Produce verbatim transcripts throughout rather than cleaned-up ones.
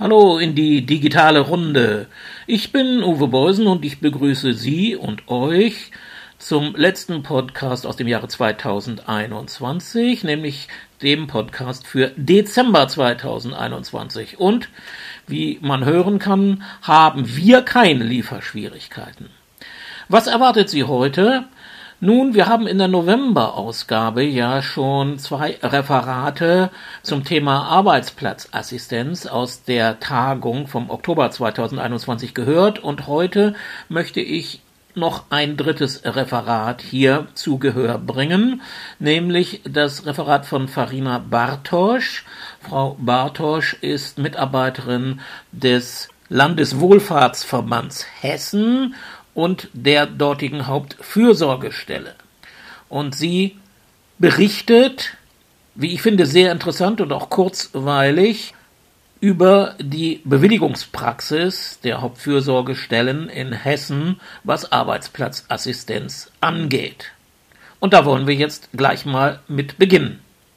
Hallo in die digitale Runde. Ich bin Uwe Beusen und ich begrüße Sie und euch zum letzten Podcast aus dem Jahre zweitausendeinundzwanzig, nämlich dem Podcast für Dezember zweitausendeinundzwanzig. Und wie man hören kann, haben wir keine Lieferschwierigkeiten. Was erwartet Sie heute? Nun, wir haben in der November-Ausgabe ja schon zwei Referate zum Thema Arbeitsplatzassistenz aus der Tagung vom Oktober zweitausendeinundzwanzig gehört und heute möchte ich noch ein drittes Referat hier zu Gehör bringen, nämlich das Referat von Farina Bartosch. Frau Bartosch ist Mitarbeiterin des Landeswohlfahrtsverbands Hessen und der dortigen Hauptfürsorgestelle. Und sie berichtet, wie ich finde, sehr interessant und auch kurzweilig über die Bewilligungspraxis der Hauptfürsorgestellen in Hessen, was Arbeitsplatzassistenz angeht. Und da wollen wir jetzt gleich mal mit beginnen.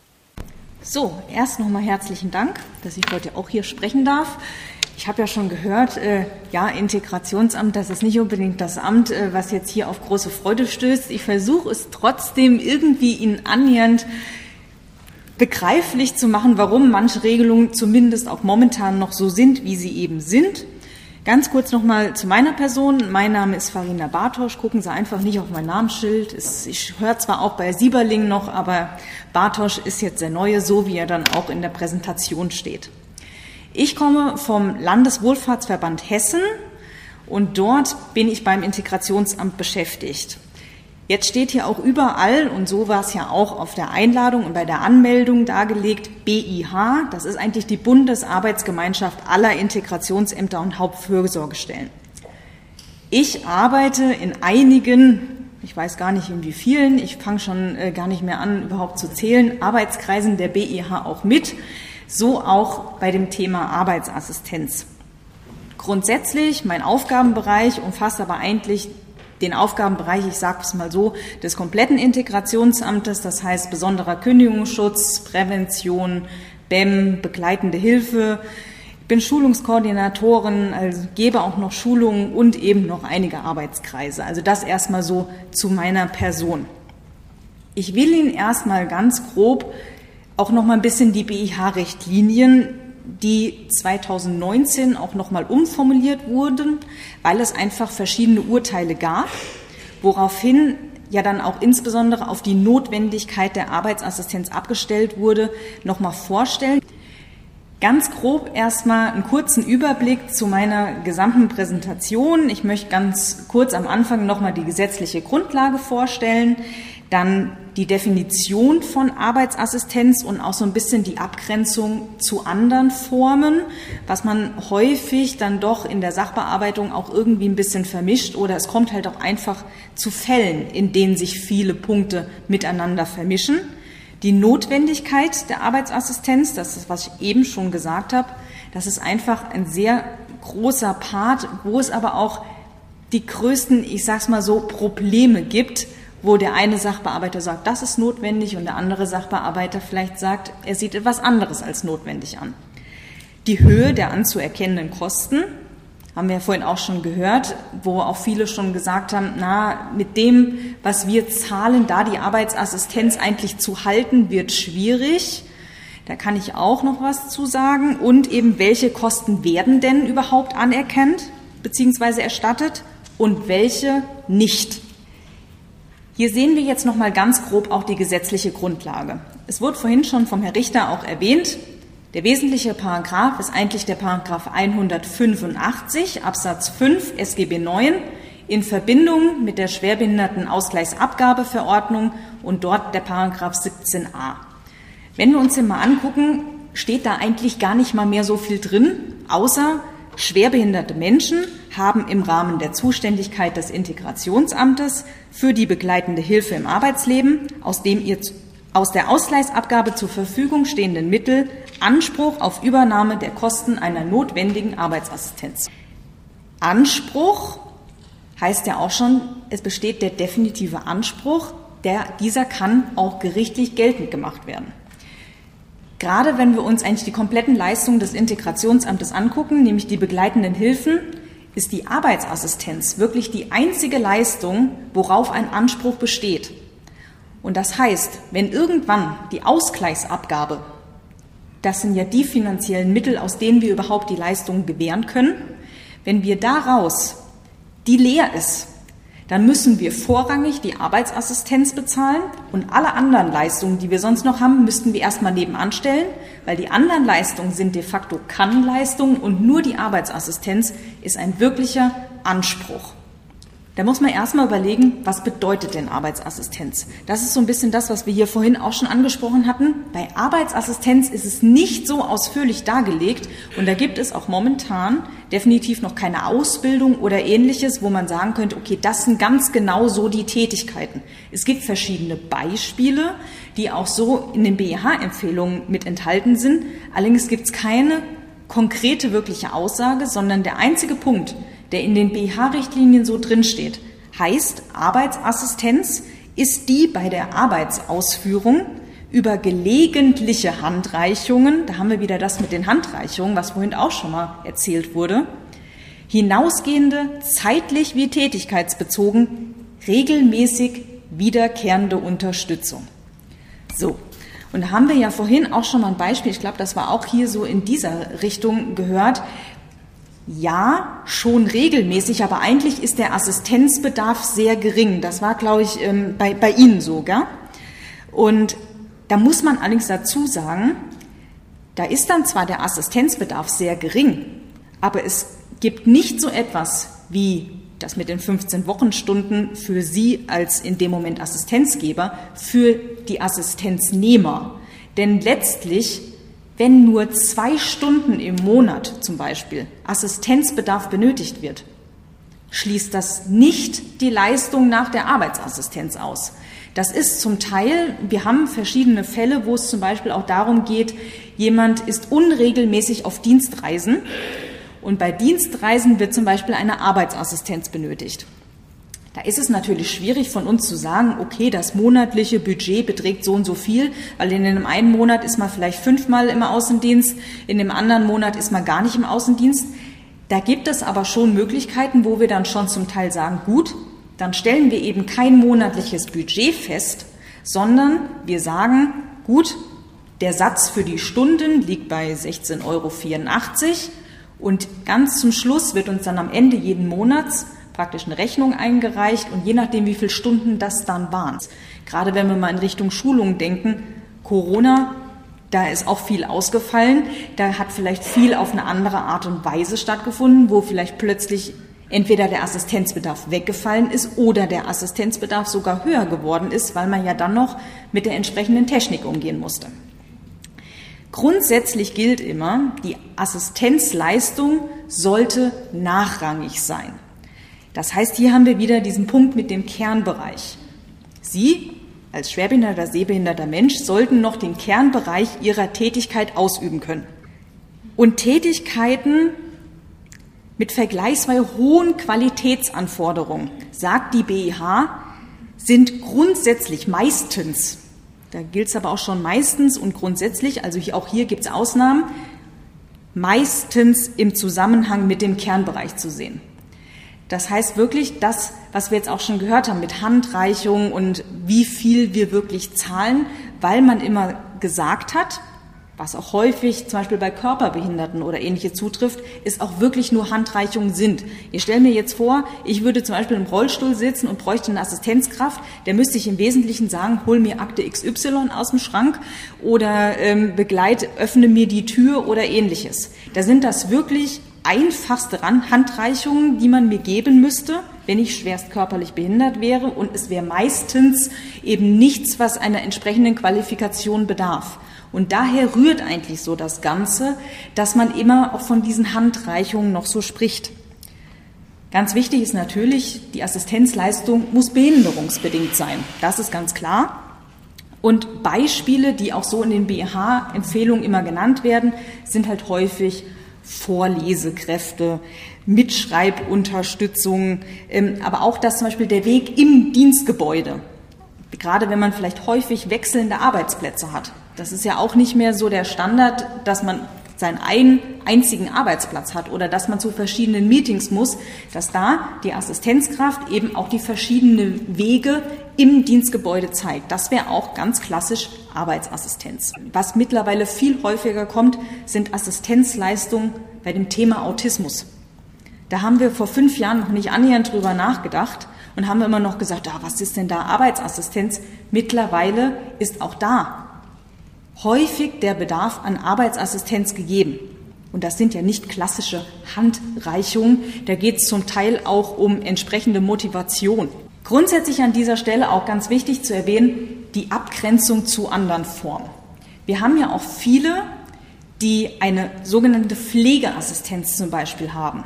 So, erst nochmal herzlichen Dank, dass ich heute auch hier sprechen darf. Ich habe ja schon gehört, äh, ja, Integrationsamt, das ist nicht unbedingt das Amt, äh, was jetzt hier auf große Freude stößt. Ich versuche es trotzdem irgendwie Ihnen annähernd begreiflich zu machen, warum manche Regelungen zumindest auch momentan noch so sind, wie sie eben sind. Ganz kurz nochmal zu meiner Person. Mein Name ist Farina Bartosch. Gucken Sie einfach nicht auf mein Namensschild. Es, ich höre zwar auch bei Sieberling noch, aber Bartosch ist jetzt der Neue, so wie er dann auch in der Präsentation steht. Ich komme vom Landeswohlfahrtsverband Hessen und dort bin ich beim Integrationsamt beschäftigt. Jetzt steht hier auch überall, und so war es ja auch auf der Einladung und bei der Anmeldung dargelegt, B I H, das ist eigentlich die Bundesarbeitsgemeinschaft aller Integrationsämter und Hauptfürsorgestellen. Ich arbeite in einigen, ich weiß gar nicht in wie vielen, ich fange schon äh, gar nicht mehr an, überhaupt zu zählen, Arbeitskreisen der B I H auch mit. So auch bei dem Thema Arbeitsassistenz. Grundsätzlich, mein Aufgabenbereich umfasst aber eigentlich den Aufgabenbereich, ich sage es mal so, des kompletten Integrationsamtes, das heißt besonderer Kündigungsschutz, Prävention, B E M, begleitende Hilfe. Ich bin Schulungskoordinatorin, also gebe auch noch Schulungen und eben noch einige Arbeitskreise. Also das erstmal so zu meiner Person. Ich will Ihnen erstmal ganz grob auch noch mal ein bisschen die B I H-Richtlinien, die zweitausendneunzehn auch noch mal umformuliert wurden, weil es einfach verschiedene Urteile gab, woraufhin ja dann auch insbesondere auf die Notwendigkeit der Arbeitsassistenz abgestellt wurde, noch mal vorstellen. Ganz grob erstmal einen kurzen Überblick zu meiner gesamten Präsentation. Ich möchte ganz kurz am Anfang noch mal die gesetzliche Grundlage vorstellen, dann die Definition von Arbeitsassistenz und auch so ein bisschen die Abgrenzung zu anderen Formen, was man häufig dann doch in der Sachbearbeitung auch irgendwie ein bisschen vermischt oder es kommt halt auch einfach zu Fällen, in denen sich viele Punkte miteinander vermischen. Die Notwendigkeit der Arbeitsassistenz, das ist, was ich eben schon gesagt habe, das ist einfach ein sehr großer Part, wo es aber auch die größten, ich sag's mal so, Probleme gibt, wo der eine Sachbearbeiter sagt, das ist notwendig und der andere Sachbearbeiter vielleicht sagt, er sieht etwas anderes als notwendig an. Die Höhe der anzuerkennenden Kosten, haben wir ja vorhin auch schon gehört, wo auch viele schon gesagt haben, na, mit dem, was wir zahlen, da die Arbeitsassistenz eigentlich zu halten, wird schwierig. Da kann ich auch noch was zu sagen. Und eben, welche Kosten werden denn überhaupt anerkannt bzw. erstattet und welche nicht? Hier sehen wir jetzt noch mal ganz grob auch die gesetzliche Grundlage. Es wurde vorhin schon vom Herrn Richter auch erwähnt, der wesentliche Paragraph ist eigentlich der Paragraph hundertfünfundachtzig Absatz fünf S G B neun in Verbindung mit der Schwerbehindertenausgleichsabgabeverordnung und dort der Paragraph siebzehn a. Wenn wir uns den mal angucken, steht da eigentlich gar nicht mal mehr so viel drin, außer schwerbehinderte Menschen haben im Rahmen der Zuständigkeit des Integrationsamtes für die begleitende Hilfe im Arbeitsleben aus dem ihr aus der Ausgleichsabgabe zur Verfügung stehenden Mittel Anspruch auf Übernahme der Kosten einer notwendigen Arbeitsassistenz. Anspruch heißt ja auch schon, es besteht der definitive Anspruch, der, dieser kann auch gerichtlich geltend gemacht werden. Gerade wenn wir uns eigentlich die kompletten Leistungen des Integrationsamtes angucken, nämlich die begleitenden Hilfen, ist die Arbeitsassistenz wirklich die einzige Leistung, worauf ein Anspruch besteht. Und das heißt, wenn irgendwann die Ausgleichsabgabe, das sind ja die finanziellen Mittel, aus denen wir überhaupt die Leistungen gewähren können, wenn wir daraus die leer ist, dann müssen wir vorrangig die Arbeitsassistenz bezahlen und alle anderen Leistungen, die wir sonst noch haben, müssten wir erstmal nebenan stellen, weil die anderen Leistungen sind de facto Kannleistungen und nur die Arbeitsassistenz ist ein wirklicher Anspruch. Da muss man erstmal überlegen, was bedeutet denn Arbeitsassistenz? Das ist so ein bisschen das, was wir hier vorhin auch schon angesprochen hatten. Bei Arbeitsassistenz ist es nicht so ausführlich dargelegt und da gibt es auch momentan definitiv noch keine Ausbildung oder Ähnliches, wo man sagen könnte, okay, das sind ganz genau so die Tätigkeiten. Es gibt verschiedene Beispiele, die auch so in den B I H-Empfehlungen mit enthalten sind. Allerdings gibt es keine konkrete, wirkliche Aussage, sondern der einzige Punkt, der in den B I H-Richtlinien so drinsteht, heißt, Arbeitsassistenz ist die bei der Arbeitsausführung über gelegentliche Handreichungen, da haben wir wieder das mit den Handreichungen, was vorhin auch schon mal erzählt wurde, hinausgehende, zeitlich wie tätigkeitsbezogen, regelmäßig wiederkehrende Unterstützung. So. Und da haben wir ja vorhin auch schon mal ein Beispiel, ich glaube, das war auch hier so in dieser Richtung gehört. Ja, schon regelmäßig, aber eigentlich ist der Assistenzbedarf sehr gering. Das war, glaube ich, bei, bei Ihnen so, gell? Und da muss man allerdings dazu sagen, da ist dann zwar der Assistenzbedarf sehr gering, aber es gibt nicht so etwas wie das mit den fünfzehn Wochenstunden für Sie als in dem Moment Assistenzgeber, für die Assistenznehmer. Denn letztlich, wenn nur zwei Stunden im Monat zum Beispiel Assistenzbedarf benötigt wird, schließt das nicht die Leistung nach der Arbeitsassistenz aus. Das ist zum Teil, wir haben verschiedene Fälle, wo es zum Beispiel auch darum geht, jemand ist unregelmäßig auf Dienstreisen und bei Dienstreisen wird zum Beispiel eine Arbeitsassistenz benötigt. Da ist es natürlich schwierig von uns zu sagen, okay, das monatliche Budget beträgt so und so viel, weil in einem einen Monat ist man vielleicht fünfmal im Außendienst, in dem anderen Monat ist man gar nicht im Außendienst. Da gibt es aber schon Möglichkeiten, wo wir dann schon zum Teil sagen, gut, dann stellen wir eben kein monatliches Budget fest, sondern wir sagen, gut, der Satz für die Stunden liegt bei sechzehn Euro vierundachtzig und ganz zum Schluss wird uns dann am Ende jeden Monats praktisch eine Rechnung eingereicht und je nachdem, wie viele Stunden das dann waren. Gerade wenn wir mal in Richtung Schulung denken, Corona, da ist auch viel ausgefallen, da hat vielleicht viel auf eine andere Art und Weise stattgefunden, wo vielleicht plötzlich entweder der Assistenzbedarf weggefallen ist oder der Assistenzbedarf sogar höher geworden ist, weil man ja dann noch mit der entsprechenden Technik umgehen musste. Grundsätzlich gilt immer, die Assistenzleistung sollte nachrangig sein. Das heißt, hier haben wir wieder diesen Punkt mit dem Kernbereich. Sie als schwerbehinderter, sehbehinderter Mensch sollten noch den Kernbereich Ihrer Tätigkeit ausüben können. Und Tätigkeiten mit vergleichsweise hohen Qualitätsanforderungen, sagt die B I H, sind grundsätzlich meistens, da gilt es aber auch schon meistens und grundsätzlich, also auch hier gibt es Ausnahmen, meistens im Zusammenhang mit dem Kernbereich zu sehen. Das heißt wirklich, das, was wir jetzt auch schon gehört haben mit Handreichung und wie viel wir wirklich zahlen, weil man immer gesagt hat, was auch häufig zum Beispiel bei Körperbehinderten oder Ähnliches zutrifft, ist auch wirklich nur Handreichungen sind. Ich stelle mir jetzt vor, ich würde zum Beispiel im Rollstuhl sitzen und bräuchte eine Assistenzkraft, der müsste ich im Wesentlichen sagen, hol mir Akte X Y aus dem Schrank oder ähm, begleit, öffne mir die Tür oder Ähnliches. Da sind das wirklich einfachste Handreichungen, die man mir geben müsste, wenn ich schwerst körperlich behindert wäre und es wäre meistens eben nichts, was einer entsprechenden Qualifikation bedarf. Und daher rührt eigentlich so das Ganze, dass man immer auch von diesen Handreichungen noch so spricht. Ganz wichtig ist natürlich, die Assistenzleistung muss behinderungsbedingt sein. Das ist ganz klar. Und Beispiele, die auch so in den B I H-Empfehlungen immer genannt werden, sind halt häufig Vorlesekräfte, Mitschreibunterstützung, aber auch das zum Beispiel der Weg im Dienstgebäude. Gerade wenn man vielleicht häufig wechselnde Arbeitsplätze hat. Das ist ja auch nicht mehr so der Standard, dass man seinen einen einzigen Arbeitsplatz hat oder dass man zu verschiedenen Meetings muss, dass da die Assistenzkraft eben auch die verschiedenen Wege im Dienstgebäude zeigt. Das wäre auch ganz klassisch Arbeitsassistenz. Was mittlerweile viel häufiger kommt, sind Assistenzleistungen bei dem Thema Autismus. Da haben wir vor fünf Jahren noch nicht annähernd drüber nachgedacht und haben immer noch gesagt, ah, was ist denn da Arbeitsassistenz? Mittlerweile ist auch da häufig der Bedarf an Arbeitsassistenz gegeben. Und das sind ja nicht klassische Handreichungen, da geht es zum Teil auch um entsprechende Motivation. Grundsätzlich an dieser Stelle auch ganz wichtig zu erwähnen, die Abgrenzung zu anderen Formen. Wir haben ja auch viele, die eine sogenannte Pflegeassistenz zum Beispiel haben.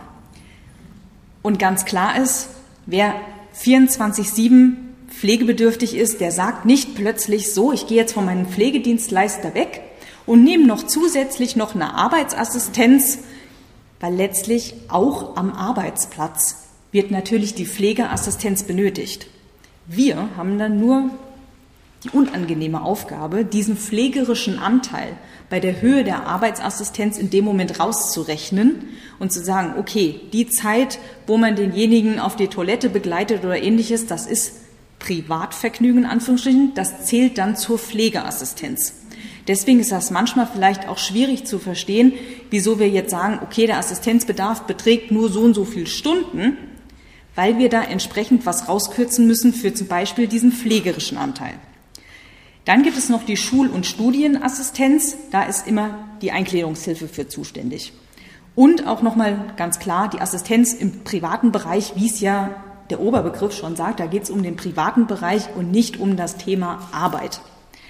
Und ganz klar ist, wer vierundzwanzig sieben pflegebedürftig ist, der sagt nicht plötzlich so, ich gehe jetzt von meinem Pflegedienstleister weg und nehme noch zusätzlich noch eine Arbeitsassistenz, weil letztlich auch am Arbeitsplatz wird natürlich die Pflegeassistenz benötigt. Wir haben dann nur die unangenehme Aufgabe, diesen pflegerischen Anteil bei der Höhe der Arbeitsassistenz in dem Moment rauszurechnen und zu sagen, okay, die Zeit, wo man denjenigen auf die Toilette begleitet oder ähnliches, das ist Privatvergnügen, in Anführungsstrichen, das zählt dann zur Pflegeassistenz. Deswegen ist das manchmal vielleicht auch schwierig zu verstehen, wieso wir jetzt sagen, okay, der Assistenzbedarf beträgt nur so und so viele Stunden, weil wir da entsprechend was rauskürzen müssen für zum Beispiel diesen pflegerischen Anteil. Dann gibt es noch die Schul- und Studienassistenz, da ist immer die Eingliederungshilfe für zuständig. Und auch nochmal ganz klar die Assistenz im privaten Bereich, wie es ja der Oberbegriff schon sagt, da geht es um den privaten Bereich und nicht um das Thema Arbeit.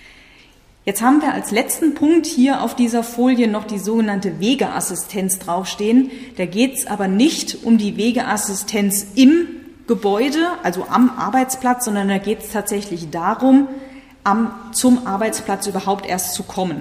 Jetzt haben wir als letzten Punkt hier auf dieser Folie noch die sogenannte Wegeassistenz draufstehen. Da geht es aber nicht um die Wegeassistenz im Gebäude, also am Arbeitsplatz, sondern da geht es tatsächlich darum, am, zum Arbeitsplatz überhaupt erst zu kommen.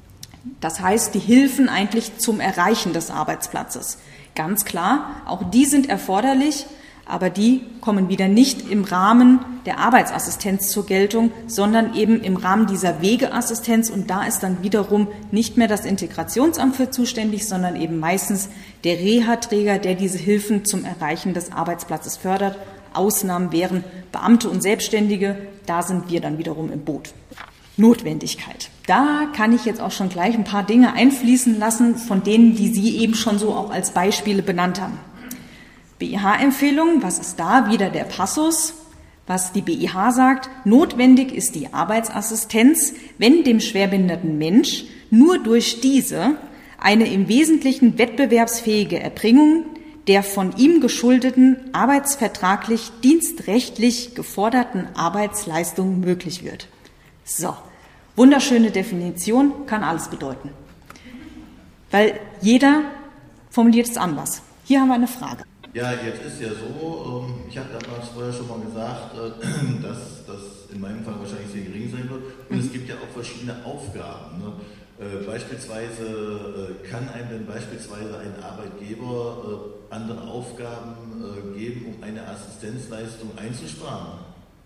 Das heißt, die Hilfen eigentlich zum Erreichen des Arbeitsplatzes. Ganz klar, auch die sind erforderlich, aber die kommen wieder nicht im Rahmen der Arbeitsassistenz zur Geltung, sondern eben im Rahmen dieser Wegeassistenz. Und da ist dann wiederum nicht mehr das Integrationsamt für zuständig, sondern eben meistens der Reha-Träger, der diese Hilfen zum Erreichen des Arbeitsplatzes fördert. Ausnahmen wären Beamte und Selbstständige, da sind wir dann wiederum im Boot. Notwendigkeit. Da kann ich jetzt auch schon gleich ein paar Dinge einfließen lassen, von denen, die Sie eben schon so auch als Beispiele benannt haben. B I H-Empfehlung, was ist da? Wieder der Passus, was die B I H sagt. Notwendig ist die Arbeitsassistenz, wenn dem schwerbehinderten Mensch nur durch diese eine im Wesentlichen wettbewerbsfähige Erbringung der von ihm geschuldeten arbeitsvertraglich dienstrechtlich geforderten Arbeitsleistung möglich wird. So, wunderschöne Definition, kann alles bedeuten. Weil jeder formuliert es anders. Hier haben wir eine Frage. Ja, jetzt ist ja so, ich habe damals vorher schon mal gesagt, dass das in meinem Fall wahrscheinlich sehr gering sein wird. Und es gibt ja auch verschiedene Aufgaben. Ne? Beispielsweise kann einem denn beispielsweise ein Arbeitgeber andere Aufgaben geben, um eine Assistenzleistung einzusparen?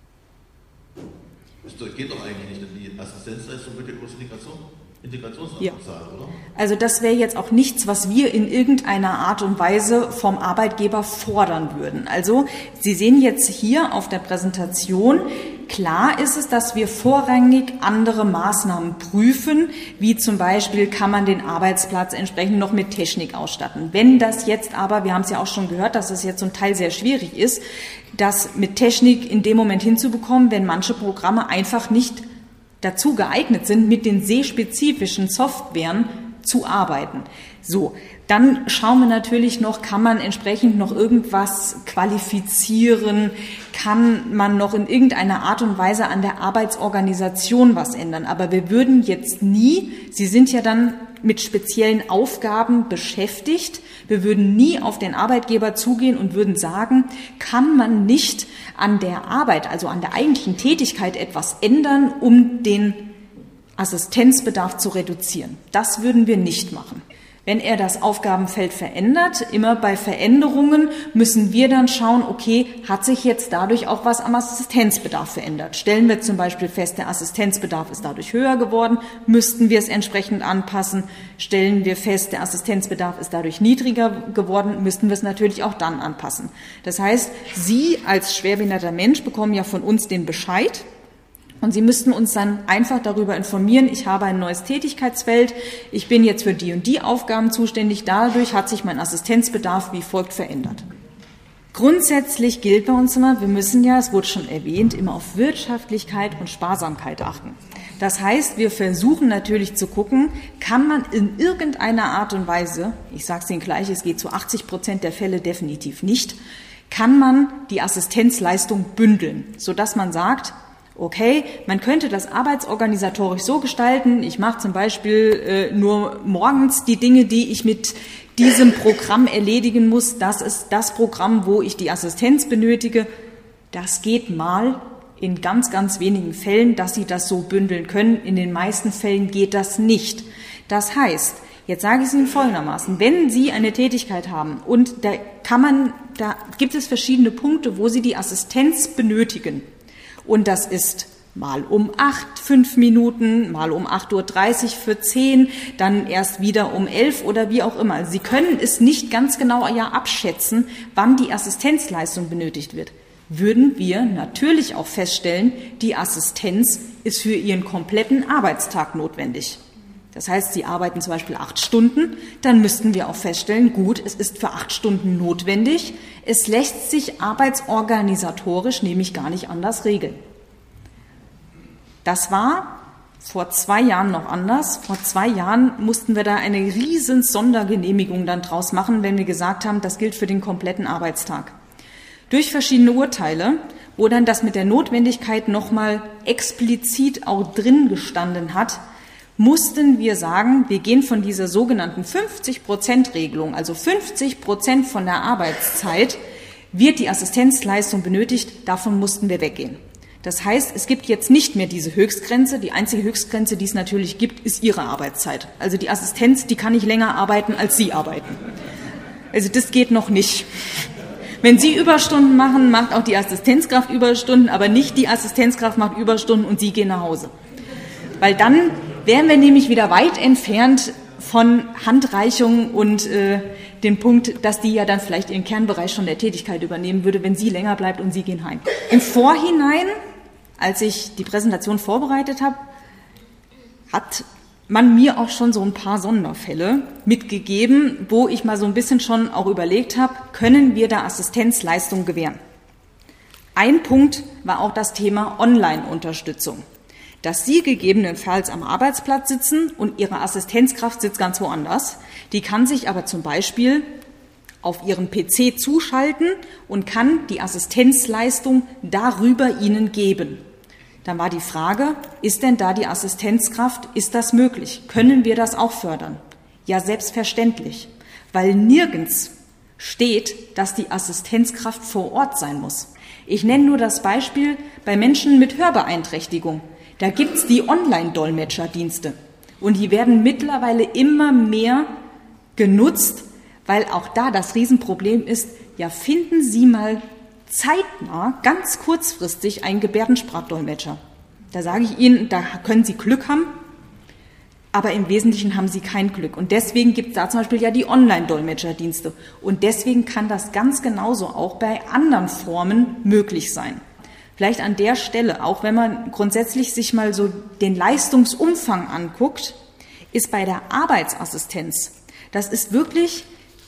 Das geht doch eigentlich nicht, denn die Assistenzleistung wird ja über das Integration. Integrationsamt ja. bezahlt, oder? Also das wäre jetzt auch nichts, was wir in irgendeiner Art und Weise vom Arbeitgeber fordern würden. Also Sie sehen jetzt hier auf der Präsentation, klar ist es, dass wir vorrangig andere Maßnahmen prüfen, wie zum Beispiel kann man den Arbeitsplatz entsprechend noch mit Technik ausstatten. Wenn das jetzt aber, wir haben es ja auch schon gehört, dass es jetzt zum Teil sehr schwierig ist, das mit Technik in dem Moment hinzubekommen, wenn manche Programme einfach nicht dazu geeignet sind, mit den sehr spezifischen Softwaren zu arbeiten. So, dann schauen wir natürlich noch, kann man entsprechend noch irgendwas qualifizieren, kann man noch in irgendeiner Art und Weise an der Arbeitsorganisation was ändern. Aber wir würden jetzt nie, Sie sind ja dann mit speziellen Aufgaben beschäftigt, wir würden nie auf den Arbeitgeber zugehen und würden sagen, kann man nicht an der Arbeit, also an der eigentlichen Tätigkeit etwas ändern, um den Assistenzbedarf zu reduzieren. Das würden wir nicht machen. Wenn er das Aufgabenfeld verändert, immer bei Veränderungen müssen wir dann schauen, okay, hat sich jetzt dadurch auch was am Assistenzbedarf verändert? Stellen wir zum Beispiel fest, der Assistenzbedarf ist dadurch höher geworden, müssten wir es entsprechend anpassen. Stellen wir fest, der Assistenzbedarf ist dadurch niedriger geworden, müssten wir es natürlich auch dann anpassen. Das heißt, Sie als schwerbehinderter Mensch bekommen ja von uns den Bescheid. Und Sie müssten uns dann einfach darüber informieren, ich habe ein neues Tätigkeitsfeld, ich bin jetzt für die und die Aufgaben zuständig, dadurch hat sich mein Assistenzbedarf wie folgt verändert. Grundsätzlich gilt bei uns immer, wir müssen ja, es wurde schon erwähnt, immer auf Wirtschaftlichkeit und Sparsamkeit achten. Das heißt, wir versuchen natürlich zu gucken, kann man in irgendeiner Art und Weise, ich sage es Ihnen gleich, es geht zu achtzig Prozent der Fälle definitiv nicht, kann man die Assistenzleistung bündeln, sodass man sagt, okay, man könnte das arbeitsorganisatorisch so gestalten, ich mache zum Beispiel äh, nur morgens die Dinge, die ich mit diesem Programm erledigen muss, das ist das Programm, wo ich die Assistenz benötige. Das geht mal in ganz, ganz wenigen Fällen, dass Sie das so bündeln können. In den meisten Fällen geht das nicht. Das heißt, jetzt sage ich es Ihnen folgendermaßen, wenn Sie eine Tätigkeit haben und da kann man, da gibt es verschiedene Punkte, wo Sie die Assistenz benötigen. Und das ist mal um acht, fünf Minuten, mal um acht Uhr dreißig für zehn, dann erst wieder um elf oder wie auch immer. Sie können es nicht ganz genau ja abschätzen, wann die Assistenzleistung benötigt wird. Würden wir natürlich auch feststellen, die Assistenz ist für Ihren kompletten Arbeitstag notwendig. Das heißt, Sie arbeiten zum Beispiel acht Stunden, dann müssten wir auch feststellen, gut, es ist für acht Stunden notwendig, es lässt sich arbeitsorganisatorisch nämlich gar nicht anders regeln. Das war vor zwei Jahren noch anders. Vor zwei Jahren mussten wir da eine riesen Sondergenehmigung dann draus machen, wenn wir gesagt haben, das gilt für den kompletten Arbeitstag. Durch verschiedene Urteile, wo dann das mit der Notwendigkeit nochmal explizit auch drin gestanden hat, mussten wir sagen, wir gehen von dieser sogenannten fünfzig Prozent Regelung, also fünfzig Prozent von der Arbeitszeit wird die Assistenzleistung benötigt, davon mussten wir weggehen. Das heißt, es gibt jetzt nicht mehr diese Höchstgrenze. Die einzige Höchstgrenze, die es natürlich gibt, ist Ihre Arbeitszeit. Also die Assistenz, die kann nicht länger arbeiten, als Sie arbeiten. Also das geht noch nicht. Wenn Sie Überstunden machen, macht auch die Assistenzkraft Überstunden, aber nicht die Assistenzkraft macht Überstunden und Sie gehen nach Hause. Weil dann wären wir nämlich wieder weit entfernt von Handreichung und äh, dem Punkt, dass die ja dann vielleicht ihren Kernbereich schon der Tätigkeit übernehmen würde, wenn sie länger bleibt und Sie gehen heim. Im Vorhinein, als ich die Präsentation vorbereitet habe, hat man mir auch schon so ein paar Sonderfälle mitgegeben, wo ich mal so ein bisschen schon auch überlegt habe, können wir da Assistenzleistung gewähren? Ein Punkt war auch das Thema Online-Unterstützung. Dass Sie gegebenenfalls am Arbeitsplatz sitzen und Ihre Assistenzkraft sitzt ganz woanders. Die kann sich aber zum Beispiel auf Ihren P C zuschalten und kann die Assistenzleistung darüber Ihnen geben. Dann war die Frage, ist denn da die Assistenzkraft, ist das möglich? Können wir das auch fördern? Ja, selbstverständlich, weil nirgends steht, dass die Assistenzkraft vor Ort sein muss. Ich nenne nur das Beispiel bei Menschen mit Hörbeeinträchtigung. Da gibt's die Online-Dolmetscherdienste und die werden mittlerweile immer mehr genutzt, weil auch da das Riesenproblem ist, ja finden Sie mal zeitnah, ganz kurzfristig einen Gebärdensprachdolmetscher. Da sage ich Ihnen, da können Sie Glück haben, aber im Wesentlichen haben Sie kein Glück. Und deswegen gibt es da zum Beispiel ja die Online-Dolmetscherdienste. Und deswegen kann das ganz genauso auch bei anderen Formen möglich sein. Vielleicht an der Stelle, auch wenn man grundsätzlich sich mal so den Leistungsumfang anguckt, ist bei der Arbeitsassistenz, das ist wirklich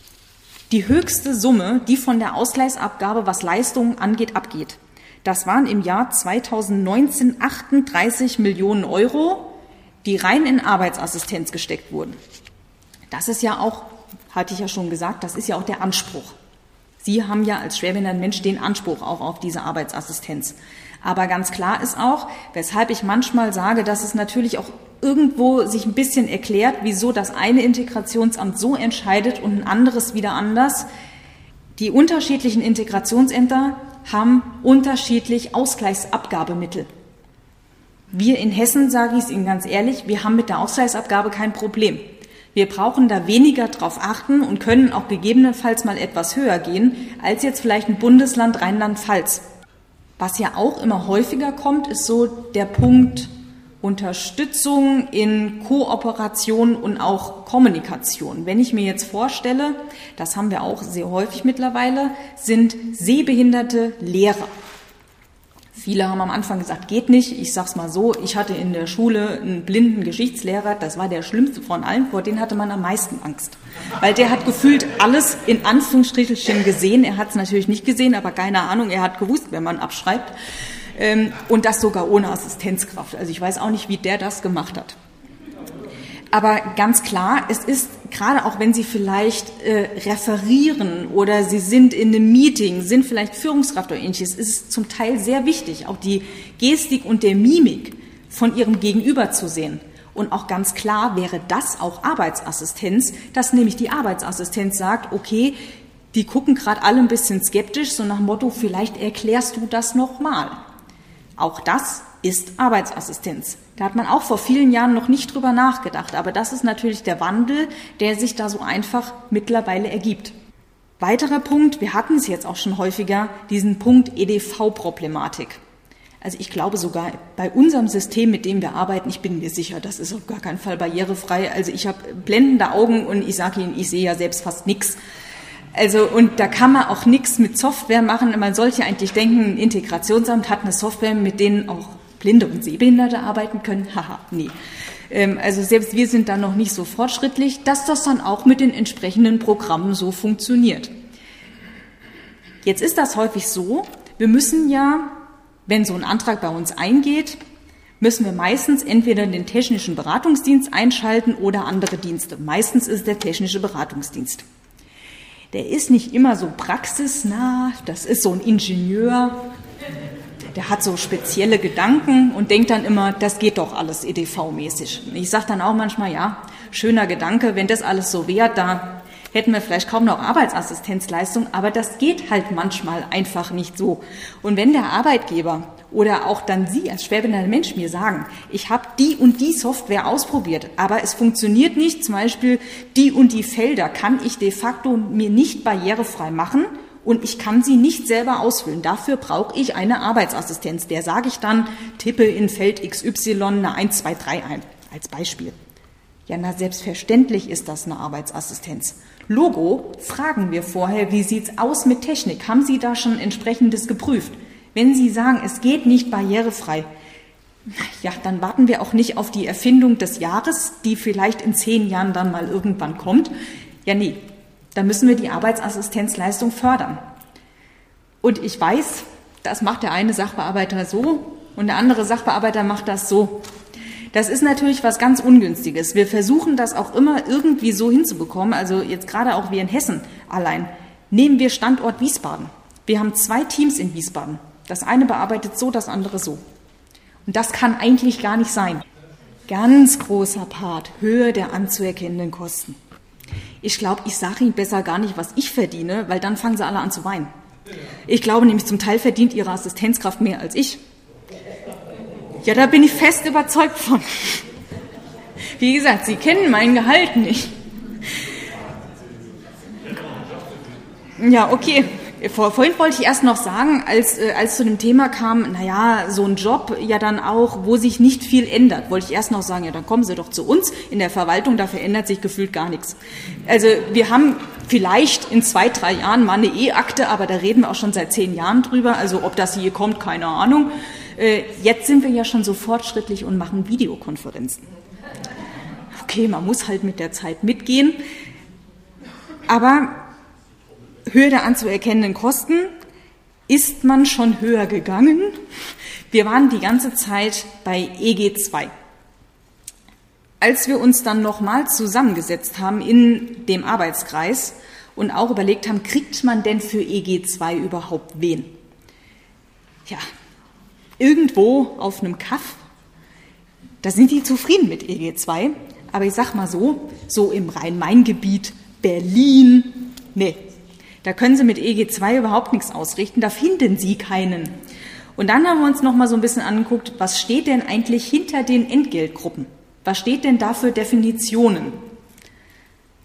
die höchste Summe, die von der Ausgleichsabgabe, was Leistungen angeht, abgeht. Das waren im Jahr zweitausendneunzehn achtunddreißig Millionen Euro, die rein in Arbeitsassistenz gesteckt wurden. Das ist ja auch, hatte ich ja schon gesagt, das ist ja auch der Anspruch. Sie haben ja als schwerbehinderter Mensch den Anspruch auch auf diese Arbeitsassistenz. Aber ganz klar ist auch, weshalb ich manchmal sage, dass es natürlich auch irgendwo sich ein bisschen erklärt, wieso das eine Integrationsamt so entscheidet und ein anderes wieder anders. Die unterschiedlichen Integrationsämter haben unterschiedlich Ausgleichsabgabemittel. Wir in Hessen, sage ich es Ihnen ganz ehrlich, wir haben mit der Ausgleichsabgabe kein Problem. Wir brauchen da weniger drauf achten und können auch gegebenenfalls mal etwas höher gehen, als jetzt vielleicht ein Bundesland Rheinland-Pfalz. Was ja auch immer häufiger kommt, ist so der Punkt Unterstützung in Kooperation und auch Kommunikation. Wenn ich mir jetzt vorstelle, das haben wir auch sehr häufig mittlerweile, sind sehbehinderte Lehrer. Viele haben am Anfang gesagt, geht nicht. Ich sag's mal so, ich hatte in der Schule einen blinden Geschichtslehrer, das war der schlimmste von allen, vor dem hatte man am meisten Angst. Weil der hat gefühlt alles in Anführungsstrichen gesehen. Er hat es natürlich nicht gesehen, aber keine Ahnung, er hat gewusst, wenn man abschreibt. Und das sogar ohne Assistenzkraft. Also ich weiß auch nicht, wie der das gemacht hat. Aber ganz klar, es ist, gerade auch wenn Sie vielleicht äh, referieren oder Sie sind in einem Meeting, sind vielleicht Führungskraft oder ähnliches, ist es zum Teil sehr wichtig, auch die Gestik und der Mimik von Ihrem Gegenüber zu sehen. Und auch ganz klar wäre das auch Arbeitsassistenz, dass nämlich die Arbeitsassistenz sagt, okay, die gucken gerade alle ein bisschen skeptisch, so nach dem Motto, vielleicht erklärst du das nochmal. Auch das ist Arbeitsassistenz. Da hat man auch vor vielen Jahren noch nicht drüber nachgedacht. Aber das ist natürlich der Wandel, der sich da so einfach mittlerweile ergibt. Weiterer Punkt, wir hatten es jetzt auch schon häufiger, diesen Punkt E D V-Problematik. Also ich glaube sogar bei unserem System, mit dem wir arbeiten, ich bin mir sicher, das ist auf gar keinen Fall barrierefrei. Also ich habe blendende Augen und ich sage Ihnen, ich sehe ja selbst fast nichts. Also, und da kann man auch nichts mit Software machen. Man sollte eigentlich denken, ein Integrationsamt hat eine Software, mit denen auch Blinde und Sehbehinderte arbeiten können. Haha, nee. Also selbst wir sind da noch nicht so fortschrittlich, dass das dann auch mit den entsprechenden Programmen so funktioniert. Jetzt ist das häufig so, wir müssen ja, wenn so ein Antrag bei uns eingeht, müssen wir meistens entweder den technischen Beratungsdienst einschalten oder andere Dienste. Meistens ist der technische Beratungsdienst. Der ist nicht immer so praxisnah, das ist so ein Ingenieur, der hat so spezielle Gedanken und denkt dann immer, das geht doch alles E D V-mäßig. Ich sage dann auch manchmal, ja, schöner Gedanke, wenn das alles so wäre, da hätten wir vielleicht kaum noch Arbeitsassistenzleistung, aber das geht halt manchmal einfach nicht so. Und wenn der Arbeitgeber oder auch dann Sie als schwerbehinderter Mensch mir sagen, ich habe die und die Software ausprobiert, aber es funktioniert nicht, zum Beispiel die und die Felder kann ich de facto mir nicht barrierefrei machen und ich kann sie nicht selber ausfüllen. Dafür brauche ich eine Arbeitsassistenz. Der sage ich dann, tippe in Feld X Y eine eins, zwei, drei ein, als Beispiel. Ja, na selbstverständlich ist das eine Arbeitsassistenz. Logo fragen wir vorher, wie sieht's aus mit Technik? Haben Sie da schon entsprechendes geprüft? Wenn Sie sagen, es geht nicht barrierefrei, ja, dann warten wir auch nicht auf die Erfindung des Jahres, die vielleicht in zehn Jahren dann mal irgendwann kommt. Ja, nee, da müssen wir die Arbeitsassistenzleistung fördern. Und ich weiß, das macht der eine Sachbearbeiter so und der andere Sachbearbeiter macht das so. Das ist natürlich was ganz Ungünstiges. Wir versuchen das auch immer irgendwie so hinzubekommen. Also jetzt gerade auch wir in Hessen allein. Nehmen wir Standort Wiesbaden. Wir haben zwei Teams in Wiesbaden. Das eine bearbeitet so, das andere so. Und das kann eigentlich gar nicht sein. Ganz großer Part, Höhe der anzuerkennenden Kosten. Ich glaube, ich sage Ihnen besser gar nicht, was ich verdiene, weil dann fangen Sie alle an zu weinen. Ich glaube nämlich, zum Teil verdient Ihre Assistenzkraft mehr als ich. Ja, da bin ich fest überzeugt von. Wie gesagt, Sie kennen mein Gehalt nicht. Ja, okay. Vor, vorhin wollte ich erst noch sagen, als, äh, als zu dem Thema kam, naja, so ein Job ja dann auch, wo sich nicht viel ändert, wollte ich erst noch sagen, ja, dann kommen Sie doch zu uns in der Verwaltung, da verändert sich gefühlt gar nichts. Also wir haben vielleicht in zwei, drei Jahren mal eine E-Akte, aber da reden wir auch schon seit zehn Jahren drüber, also ob das hier kommt, keine Ahnung. Äh, jetzt sind wir ja schon so fortschrittlich und machen Videokonferenzen. Okay, man muss halt mit der Zeit mitgehen, aber Höhe der anzuerkennenden Kosten ist man schon höher gegangen. Wir waren die ganze Zeit bei E G zwei. Als wir uns dann nochmal zusammengesetzt haben in dem Arbeitskreis und auch überlegt haben, kriegt man denn für E G zwei überhaupt wen? Ja, irgendwo auf einem Kaff, da sind die zufrieden mit E G zwei. Aber ich sag mal so, so im Rhein-Main-Gebiet, Berlin, nee. Da können Sie mit E G zwei überhaupt nichts ausrichten, da finden Sie keinen. Und dann haben wir uns noch mal so ein bisschen angeguckt, was steht denn eigentlich hinter den Entgeltgruppen? Was steht denn da für Definitionen?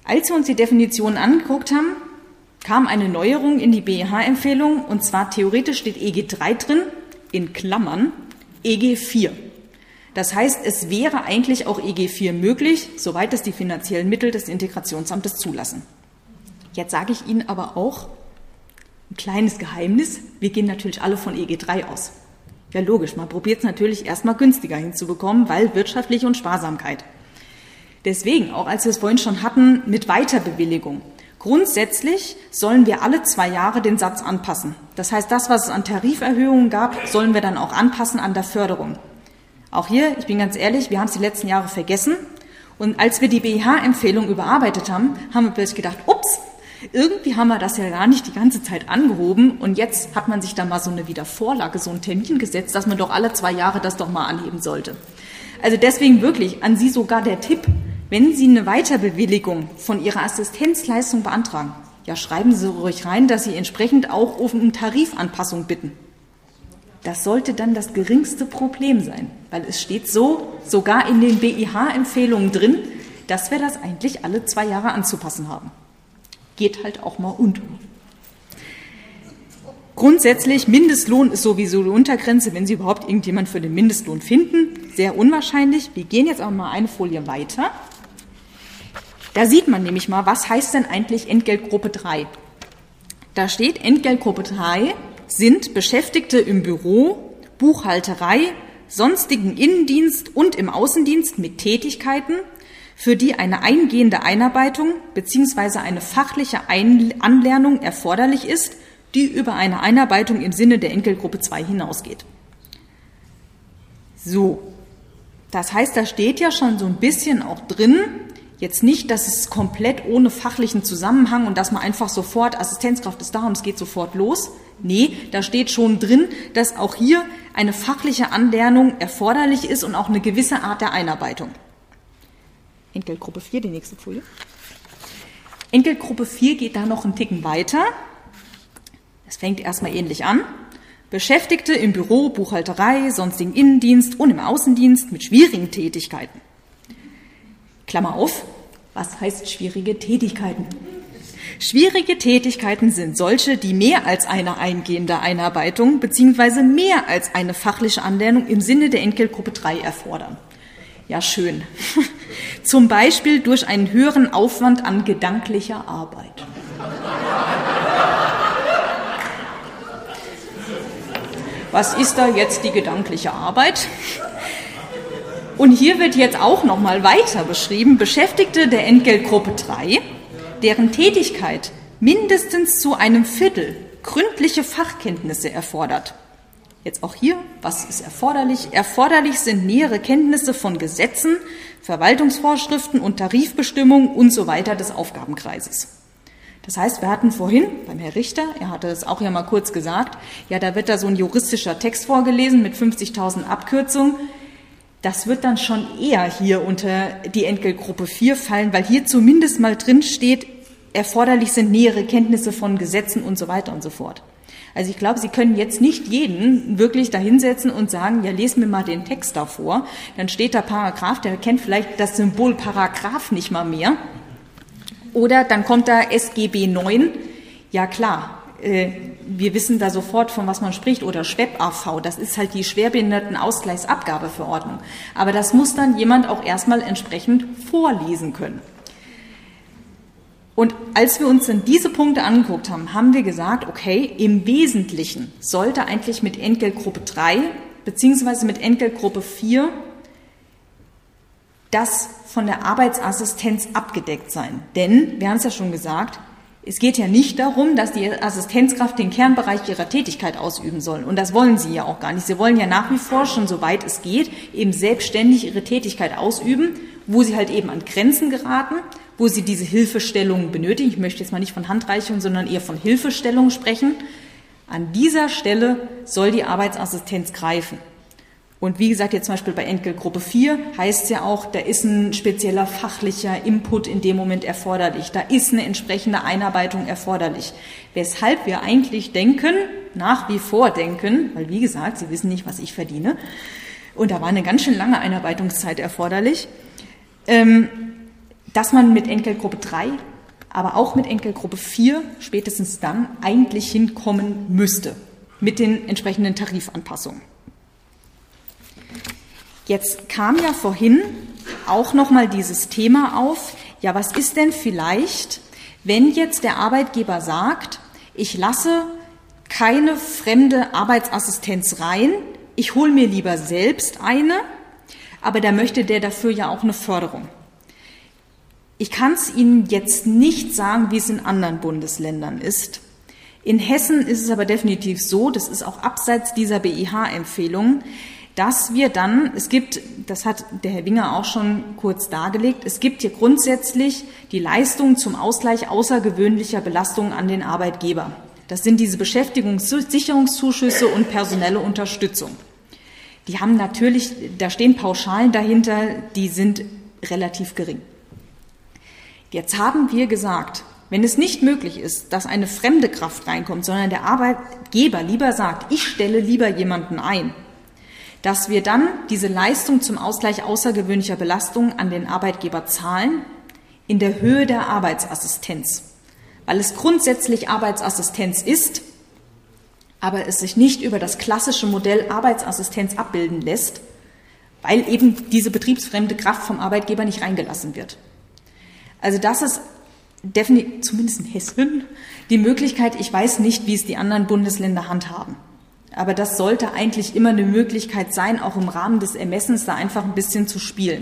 Als wir uns die Definitionen angeguckt haben, kam eine Neuerung in die B I H-Empfehlung, und zwar theoretisch steht E G drei drin, in Klammern E G vier. Das heißt, es wäre eigentlich auch E G vier möglich, soweit es die finanziellen Mittel des Integrationsamtes zulassen. Jetzt sage ich Ihnen aber auch ein kleines Geheimnis, wir gehen natürlich alle von E G drei aus. Ja, logisch, man probiert es natürlich erstmal günstiger hinzubekommen, weil wirtschaftliche und Sparsamkeit. Deswegen, auch als wir es vorhin schon hatten, mit Weiterbewilligung. Grundsätzlich sollen wir alle zwei Jahre den Satz anpassen. Das heißt, das, was es an Tariferhöhungen gab, sollen wir dann auch anpassen an der Förderung. Auch hier, ich bin ganz ehrlich, wir haben es die letzten Jahre vergessen. Und als wir die B I H-Empfehlung überarbeitet haben, haben wir plötzlich gedacht, ups, irgendwie haben wir das ja gar nicht die ganze Zeit angehoben. Und jetzt hat man sich da mal so eine Wiedervorlage, so einen Termin gesetzt, dass man doch alle zwei Jahre das doch mal anheben sollte. Also deswegen wirklich an Sie sogar der Tipp, wenn Sie eine Weiterbewilligung von Ihrer Assistenzleistung beantragen, ja, schreiben Sie ruhig rein, dass Sie entsprechend auch um eine Tarifanpassung bitten. Das sollte dann das geringste Problem sein, weil es steht so sogar in den B I H-Empfehlungen drin, dass wir das eigentlich alle zwei Jahre anzupassen haben. Geht halt auch mal unter. Grundsätzlich, Mindestlohn ist sowieso die Untergrenze, wenn Sie überhaupt irgendjemand für den Mindestlohn finden. Sehr unwahrscheinlich. Wir gehen jetzt aber mal eine Folie weiter. Da sieht man nämlich mal, was heißt denn eigentlich Entgeltgruppe drei? Da steht, Entgeltgruppe drei sind Beschäftigte im Büro, Buchhalterei, sonstigen Innendienst und im Außendienst mit Tätigkeiten, für die eine eingehende Einarbeitung bzw. eine fachliche Anlernung erforderlich ist, die über eine Einarbeitung im Sinne der Entgeltgruppe zwei hinausgeht. So, das heißt, da steht ja schon so ein bisschen auch drin, jetzt nicht, dass es komplett ohne fachlichen Zusammenhang und dass man einfach sofort, Assistenzkraft ist da und es geht sofort los. Nee, da steht schon drin, dass auch hier eine fachliche Anlernung erforderlich ist und auch eine gewisse Art der Einarbeitung. Entgeltgruppe vier, die nächste Folie. Entgeltgruppe vier geht da noch einen Ticken weiter. Es fängt erstmal ähnlich an. Beschäftigte im Büro, Buchhalterei, sonstigen Innendienst und im Außendienst mit schwierigen Tätigkeiten. Klammer auf, was heißt schwierige Tätigkeiten? Schwierige Tätigkeiten sind solche, die mehr als eine eingehende Einarbeitung bzw. mehr als eine fachliche Anlernung im Sinne der Entgeltgruppe drei erfordern. Ja, schön. Zum Beispiel durch einen höheren Aufwand an gedanklicher Arbeit. Was ist da jetzt die gedankliche Arbeit? Und hier wird jetzt auch noch mal weiter beschrieben, Beschäftigte der Entgeltgruppe drei, deren Tätigkeit mindestens zu einem Viertel gründliche Fachkenntnisse erfordert. Jetzt auch hier, was ist erforderlich? Erforderlich sind nähere Kenntnisse von Gesetzen, Verwaltungsvorschriften und Tarifbestimmungen und so weiter des Aufgabenkreises. Das heißt, wir hatten vorhin beim Herrn Richter, er hatte es auch ja mal kurz gesagt, ja, da wird da so ein juristischer Text vorgelesen mit fünfzigtausend Abkürzungen. Das wird dann schon eher hier unter die Entgeltgruppe vier fallen, weil hier zumindest mal drin steht, erforderlich sind nähere Kenntnisse von Gesetzen und so weiter und so fort. Also ich glaube, Sie können jetzt nicht jeden wirklich da hinsetzen und sagen, ja, lesen wir mal den Text davor. Dann steht da Paragraph, der kennt vielleicht das Symbol Paragraph nicht mal mehr. Oder dann kommt da S G B neun. Ja klar, äh, wir wissen da sofort, von was man spricht. Oder Schweb A V, das ist halt die Schwerbehindertenausgleichsabgabeverordnung. Aber das muss dann jemand auch erstmal entsprechend vorlesen können. Und als wir uns dann diese Punkte angeguckt haben, haben wir gesagt, okay, im Wesentlichen sollte eigentlich mit Entgeltgruppe drei beziehungsweise mit Entgeltgruppe vier das von der Arbeitsassistenz abgedeckt sein. Denn, wir haben es ja schon gesagt, es geht ja nicht darum, dass die Assistenzkraft den Kernbereich ihrer Tätigkeit ausüben soll. Und das wollen sie ja auch gar nicht. Sie wollen ja nach wie vor, schon soweit es geht, eben selbstständig ihre Tätigkeit ausüben, wo sie halt eben an Grenzen geraten, wo sie diese Hilfestellung benötigen. Ich möchte jetzt mal nicht von Handreichung, sondern eher von Hilfestellung sprechen. An dieser Stelle soll die Arbeitsassistenz greifen. Und wie gesagt, jetzt zum Beispiel bei Entgeltgruppe vier heißt es ja auch, da ist ein spezieller fachlicher Input in dem Moment erforderlich. Da ist eine entsprechende Einarbeitung erforderlich. Weshalb wir eigentlich denken, nach wie vor denken, weil wie gesagt, Sie wissen nicht, was ich verdiene, und da war eine ganz schön lange Einarbeitungszeit erforderlich, ähm, dass man mit Entgeltgruppe drei, aber auch mit Entgeltgruppe vier spätestens dann eigentlich hinkommen müsste mit den entsprechenden Tarifanpassungen. Jetzt kam ja vorhin auch nochmal dieses Thema auf, ja, was ist denn vielleicht, wenn jetzt der Arbeitgeber sagt, ich lasse keine fremde Arbeitsassistenz rein, ich hole mir lieber selbst eine, aber da möchte der dafür ja auch eine Förderung. Ich kann es Ihnen jetzt nicht sagen, wie es in anderen Bundesländern ist. In Hessen ist es aber definitiv so, das ist auch abseits dieser B I H-Empfehlung, dass wir dann, es gibt, das hat der Herr Winger auch schon kurz dargelegt, es gibt hier grundsätzlich die Leistungen zum Ausgleich außergewöhnlicher Belastungen an den Arbeitgeber. Das sind diese Beschäftigungssicherungszuschüsse und personelle Unterstützung. Die haben natürlich, da stehen Pauschalen dahinter, die sind relativ gering. Jetzt haben wir gesagt, wenn es nicht möglich ist, dass eine fremde Kraft reinkommt, sondern der Arbeitgeber lieber sagt, ich stelle lieber jemanden ein, dass wir dann diese Leistung zum Ausgleich außergewöhnlicher Belastungen an den Arbeitgeber zahlen in der Höhe der Arbeitsassistenz, weil es grundsätzlich Arbeitsassistenz ist, aber es sich nicht über das klassische Modell Arbeitsassistenz abbilden lässt, weil eben diese betriebsfremde Kraft vom Arbeitgeber nicht reingelassen wird. Also das ist definitiv, zumindest in Hessen, die Möglichkeit, ich weiß nicht, wie es die anderen Bundesländer handhaben. Aber das sollte eigentlich immer eine Möglichkeit sein, auch im Rahmen des Ermessens da einfach ein bisschen zu spielen.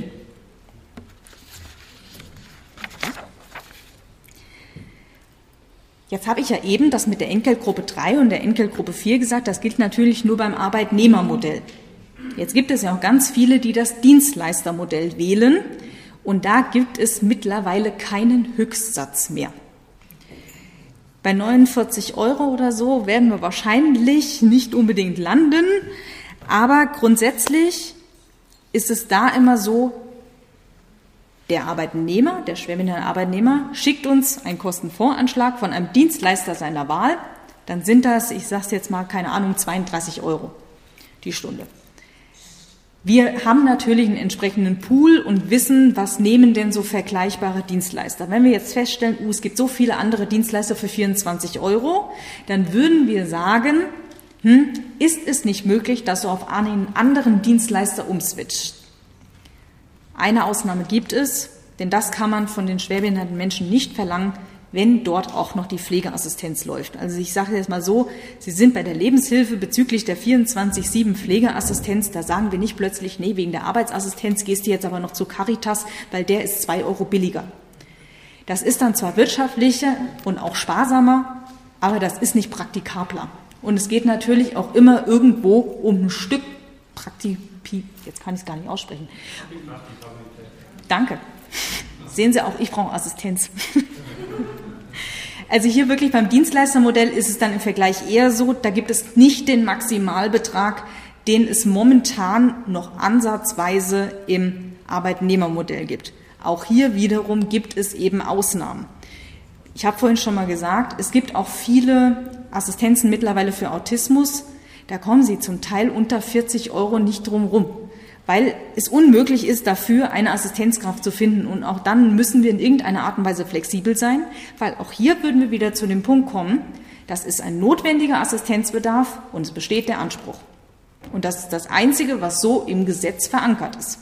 Jetzt habe ich ja eben das mit der Entgeltgruppe drei und der Entgeltgruppe vier gesagt, das gilt natürlich nur beim Arbeitnehmermodell. Jetzt gibt es ja auch ganz viele, die das Dienstleistermodell wählen und da gibt es mittlerweile keinen Höchstsatz mehr. Bei neunundvierzig Euro oder so werden wir wahrscheinlich nicht unbedingt landen, aber grundsätzlich ist es da immer so, der Arbeitnehmer, der Schwerbehinderter Arbeitnehmer, schickt uns einen Kostenvoranschlag von einem Dienstleister seiner Wahl, dann sind das, ich sage es jetzt mal, keine Ahnung, zweiunddreißig Euro die Stunde. Wir haben natürlich einen entsprechenden Pool und wissen, was nehmen denn so vergleichbare Dienstleister. Wenn wir jetzt feststellen, uh, es gibt so viele andere Dienstleister für vierundzwanzig Euro, dann würden wir sagen, hm, ist es nicht möglich, dass du auf einen anderen Dienstleister umswitcht? Eine Ausnahme gibt es, denn das kann man von den schwerbehinderten Menschen nicht verlangen, wenn dort auch noch die Pflegeassistenz läuft. Also ich sage jetzt mal so, Sie sind bei der Lebenshilfe bezüglich der vierundzwanzig sieben Pflegeassistenz, da sagen wir nicht plötzlich, nee, wegen der Arbeitsassistenz gehst du jetzt aber noch zu Caritas, weil der ist zwei Euro billiger. Das ist dann zwar wirtschaftlicher und auch sparsamer, aber das ist nicht praktikabler. Und es geht natürlich auch immer irgendwo um ein Stück Praktik. Jetzt kann ich es gar nicht aussprechen. Danke. Sehen Sie auch, ich brauche Assistenz. Also hier wirklich beim Dienstleistermodell ist es dann im Vergleich eher so, da gibt es nicht den Maximalbetrag, den es momentan noch ansatzweise im Arbeitnehmermodell gibt. Auch hier wiederum gibt es eben Ausnahmen. Ich habe vorhin schon mal gesagt, es gibt auch viele Assistenzen mittlerweile für Autismus. Da kommen Sie zum Teil unter vierzig Euro nicht drum rum, weil es unmöglich ist, dafür eine Assistenzkraft zu finden. Und auch dann müssen wir in irgendeiner Art und Weise flexibel sein, weil auch hier würden wir wieder zu dem Punkt kommen, das ist ein notwendiger Assistenzbedarf und es besteht der Anspruch. Und das ist das Einzige, was so im Gesetz verankert ist.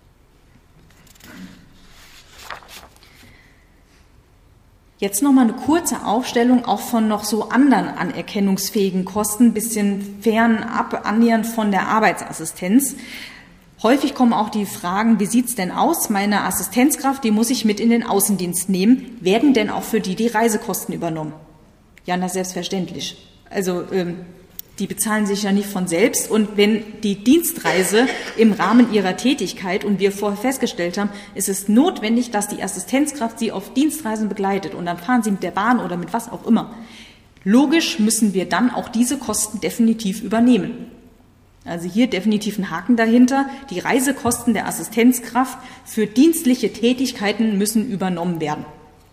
Jetzt nochmal eine kurze Aufstellung auch von noch so anderen anerkennungsfähigen Kosten, ein bisschen fernab, annähernd von der Arbeitsassistenz. Häufig kommen auch die Fragen, wie sieht's denn aus? Meine Assistenzkraft, die muss ich mit in den Außendienst nehmen. Werden denn auch für die die Reisekosten übernommen? Ja, na selbstverständlich. Also ähm, die bezahlen sich ja nicht von selbst. Und wenn die Dienstreise im Rahmen ihrer Tätigkeit, und wir vorher festgestellt haben, ist es notwendig, dass die Assistenzkraft sie auf Dienstreisen begleitet und dann fahren sie mit der Bahn oder mit was auch immer. Logisch müssen wir dann auch diese Kosten definitiv übernehmen. Also hier definitiv ein Haken dahinter. Die Reisekosten der Assistenzkraft für dienstliche Tätigkeiten müssen übernommen werden.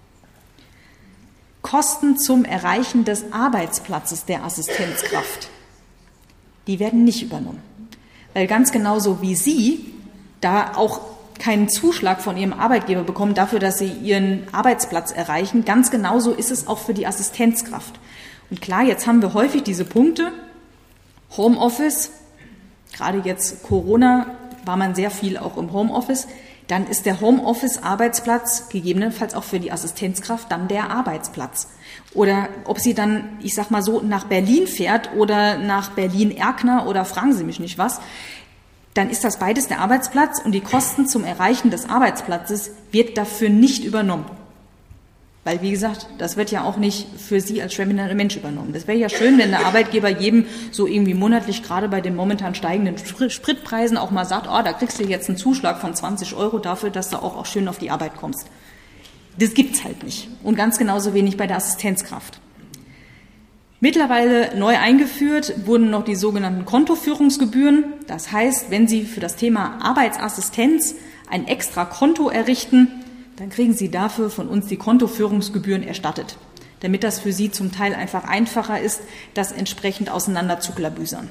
Kosten zum Erreichen des Arbeitsplatzes der Assistenzkraft, die werden nicht übernommen. Weil ganz genauso wie Sie da auch keinen Zuschlag von ihrem Arbeitgeber bekommen dafür, dass sie ihren Arbeitsplatz erreichen. Ganz genauso ist es auch für die Assistenzkraft. Und klar, jetzt haben wir häufig diese Punkte. Homeoffice, gerade jetzt Corona, war man sehr viel auch im Homeoffice. Dann ist der Homeoffice-Arbeitsplatz gegebenenfalls auch für die Assistenzkraft dann der Arbeitsplatz. Oder ob sie dann, ich sag mal so, nach Berlin fährt oder nach Berlin-Erkner oder fragen Sie mich nicht was, dann ist das beides der Arbeitsplatz und die Kosten zum Erreichen des Arbeitsplatzes wird dafür nicht übernommen. Weil, wie gesagt, das wird ja auch nicht für Sie als schwemmender Mensch übernommen. Das wäre ja schön, wenn der Arbeitgeber jedem so irgendwie monatlich, gerade bei den momentan steigenden Spritpreisen, auch mal sagt, oh, da kriegst du jetzt einen Zuschlag von zwanzig Euro dafür, dass du auch, auch schön auf die Arbeit kommst. Das gibt's halt nicht. Und ganz genauso wenig bei der Assistenzkraft. Mittlerweile neu eingeführt wurden noch die sogenannten Kontoführungsgebühren. Das heißt, wenn Sie für das Thema Arbeitsassistenz ein extra Konto errichten, dann kriegen Sie dafür von uns die Kontoführungsgebühren erstattet, damit das für Sie zum Teil einfach einfacher ist, das entsprechend auseinander zu klabüsern.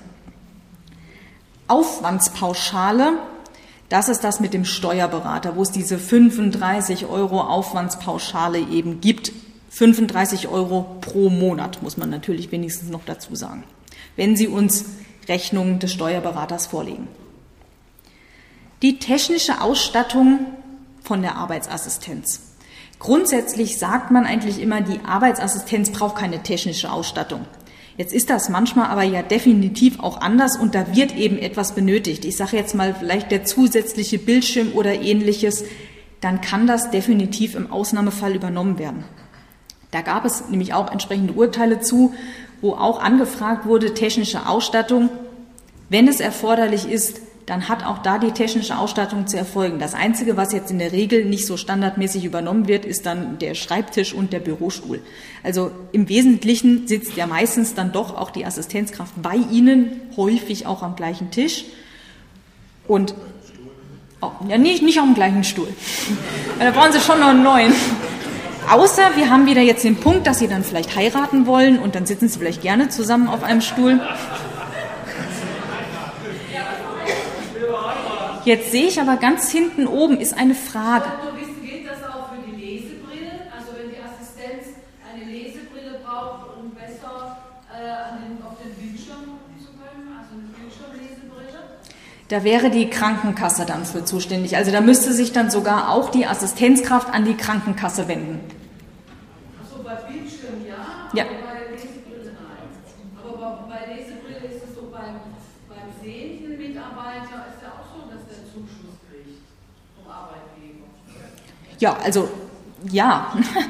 Aufwandspauschale, das ist das mit dem Steuerberater, wo es diese fünfunddreißig Euro Aufwandspauschale eben gibt. fünfunddreißig Euro pro Monat, muss man natürlich wenigstens noch dazu sagen, wenn Sie uns Rechnungen des Steuerberaters vorlegen. Die technische Ausstattung von der Arbeitsassistenz. Grundsätzlich sagt man eigentlich immer, die Arbeitsassistenz braucht keine technische Ausstattung. Jetzt ist das manchmal aber ja definitiv auch anders und da wird eben etwas benötigt. Ich sage jetzt mal vielleicht der zusätzliche Bildschirm oder ähnliches, dann kann das definitiv im Ausnahmefall übernommen werden. Da gab es nämlich auch entsprechende Urteile zu, wo auch angefragt wurde, technische Ausstattung. Wenn es erforderlich ist, dann hat auch da die technische Ausstattung zu erfolgen. Das Einzige, was jetzt in der Regel nicht so standardmäßig übernommen wird, ist dann der Schreibtisch und der Bürostuhl. Also im Wesentlichen sitzt ja meistens dann doch auch die Assistenzkraft bei Ihnen, häufig auch am gleichen Tisch. Und oh, ja, nicht, nicht auf dem gleichen Stuhl. Da brauchen Sie schon noch einen neuen. Außer wir haben wieder jetzt den Punkt, dass Sie dann vielleicht heiraten wollen und dann sitzen Sie vielleicht gerne zusammen auf einem Stuhl. Jetzt sehe ich aber ganz hinten oben ist eine Frage. Gilt das auch für die Lesebrille? Also wenn die Assistenz eine Lesebrille braucht, um besser äh, an den, auf den Bildschirm gucken zu können, also eine Bildschirmlesebrille? Da wäre die Krankenkasse dann für zuständig. Also da müsste sich dann sogar auch die Assistenzkraft an die Krankenkasse wenden. Achso, bei Bildschirm ja, ja. Aber bei Lesebrille nein. Aber bei Lesebrille ist es so, beim, beim sehenden Mitarbeiter ist ja auch so, dass der Zuschuss kriegt vom Arbeitgeber. Ja, also ja.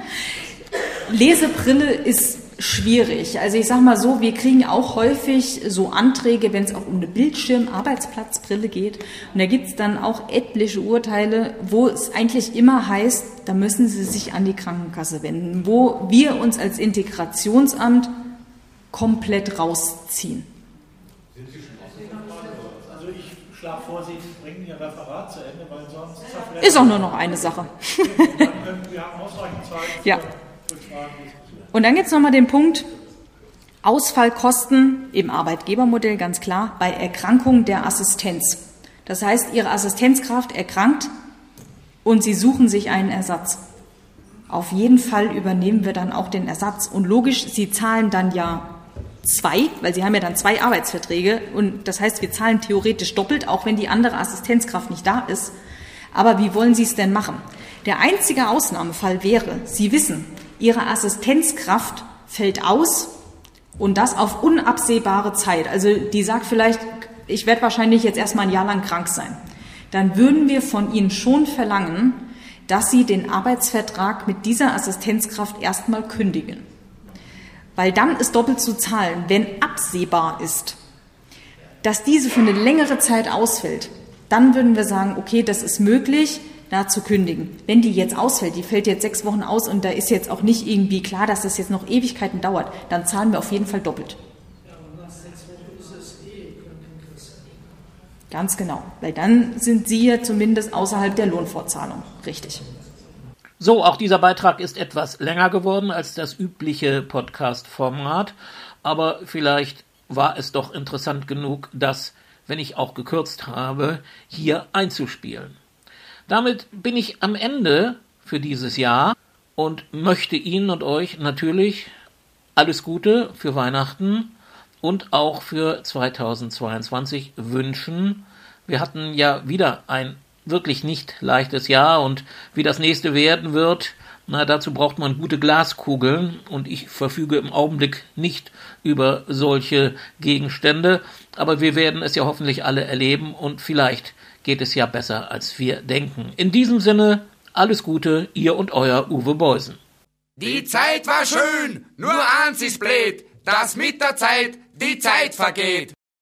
Lesebrille ist schwierig. Also ich sage mal so, wir kriegen auch häufig so Anträge, wenn es auch um eine Bildschirm-Arbeitsplatzbrille geht. Und da gibt es dann auch etliche Urteile, wo es eigentlich immer heißt, da müssen Sie sich an die Krankenkasse wenden, wo wir uns als Integrationsamt komplett rausziehen. Sind Sie schon also ich schlage vor, Sie bringen Ihr Referat zu Ende, weil sonst ist Ist auch nur noch eine Sache. Dann können wir haben ausreichend Zeit für ja. Rückfragen. Und dann gibt es nochmal den Punkt, Ausfallkosten im Arbeitgebermodell, ganz klar, bei Erkrankung der Assistenz. Das heißt, Ihre Assistenzkraft erkrankt und Sie suchen sich einen Ersatz. Auf jeden Fall übernehmen wir dann auch den Ersatz. Und logisch, Sie zahlen dann ja zwei, weil Sie haben ja dann zwei Arbeitsverträge. Und das heißt, wir zahlen theoretisch doppelt, auch wenn die andere Assistenzkraft nicht da ist. Aber wie wollen Sie es denn machen? Der einzige Ausnahmefall wäre, Sie wissen, Ihre Assistenzkraft fällt aus und das auf unabsehbare Zeit. Also die sagt vielleicht, ich werde wahrscheinlich jetzt erstmal ein Jahr lang krank sein. Dann würden wir von Ihnen schon verlangen, dass Sie den Arbeitsvertrag mit dieser Assistenzkraft erstmal kündigen. Weil dann ist doppelt zu zahlen, wenn absehbar ist, dass diese für eine längere Zeit ausfällt. Dann würden wir sagen, okay, das ist möglich, da zu kündigen. Wenn die jetzt ausfällt, die fällt jetzt sechs Wochen aus und da ist jetzt auch nicht irgendwie klar, dass das jetzt noch Ewigkeiten dauert, dann zahlen wir auf jeden Fall doppelt. Ja, aber nach sechs Wochen ist es eh Krankenkasse. Ganz genau, weil dann sind Sie ja zumindest außerhalb der Lohnfortzahlung. Richtig. So, auch dieser Beitrag ist etwas länger geworden als das übliche Podcast-Format, aber vielleicht war es doch interessant genug, das, wenn ich auch gekürzt habe, hier einzuspielen. Damit bin ich am Ende für dieses Jahr und möchte Ihnen und euch natürlich alles Gute für Weihnachten und auch für zweitausendzweiundzwanzig wünschen. Wir hatten ja wieder ein wirklich nicht leichtes Jahr und wie das nächste werden wird, na, dazu braucht man gute Glaskugeln und ich verfüge im Augenblick nicht über solche Gegenstände, aber wir werden es ja hoffentlich alle erleben und vielleicht geht es ja besser, als wir denken. In diesem Sinne, alles Gute, ihr und euer Uwe Beusen. Die Zeit war schön, nur eins ist blöd, dass mit der Zeit die Zeit vergeht.